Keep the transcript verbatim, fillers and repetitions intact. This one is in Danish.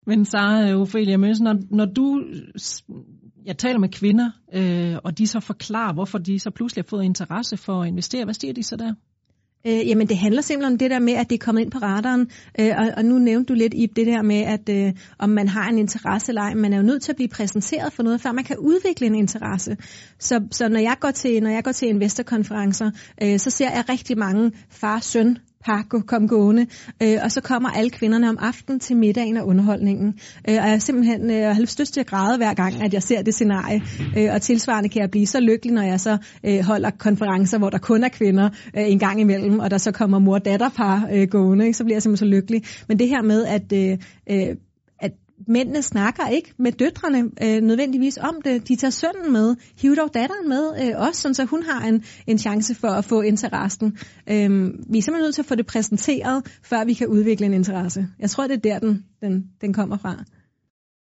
Men Sara Ophelia Mønsen, når, når du jeg taler med kvinder, øh, og de så forklarer, hvorfor de så pludselig har fået interesse for at investere, hvad siger de så der? Øh, jamen det handler simpelthen om det der med, at det er kommet ind på radaren, øh, og, og nu nævnte du lidt i det der med, at øh, om man har en interesse eller ej, man er jo nødt til at blive præsenteret for noget, før man kan udvikle en interesse. Så, så når jeg går til, når jeg går til investorkonferencer, øh, så ser jeg rigtig mange far-søn par kom gående, øh, og så kommer alle kvinderne om aftenen til middagen og underholdningen. Øh, og jeg simpelthen øh, har lyst til at græde hver gang, at jeg ser det scenarie. Øh, og tilsvarende kan jeg blive så lykkelig, når jeg så øh, holder konferencer, hvor der kun er kvinder øh, en gang imellem, og der så kommer mor-datter-par øh, gående, ikke? Så bliver jeg simpelthen så lykkelig. Men det her med, at øh, øh, mændene snakker ikke med døtrene øh, nødvendigvis om det. De tager sønnen med, hiver dog datteren med øh, også, sådan så hun har en, en chance for at få interessen. Øh, vi er simpelthen nødt til at få det præsenteret, før vi kan udvikle en interesse. Jeg tror, det er der, den, den, den kommer fra.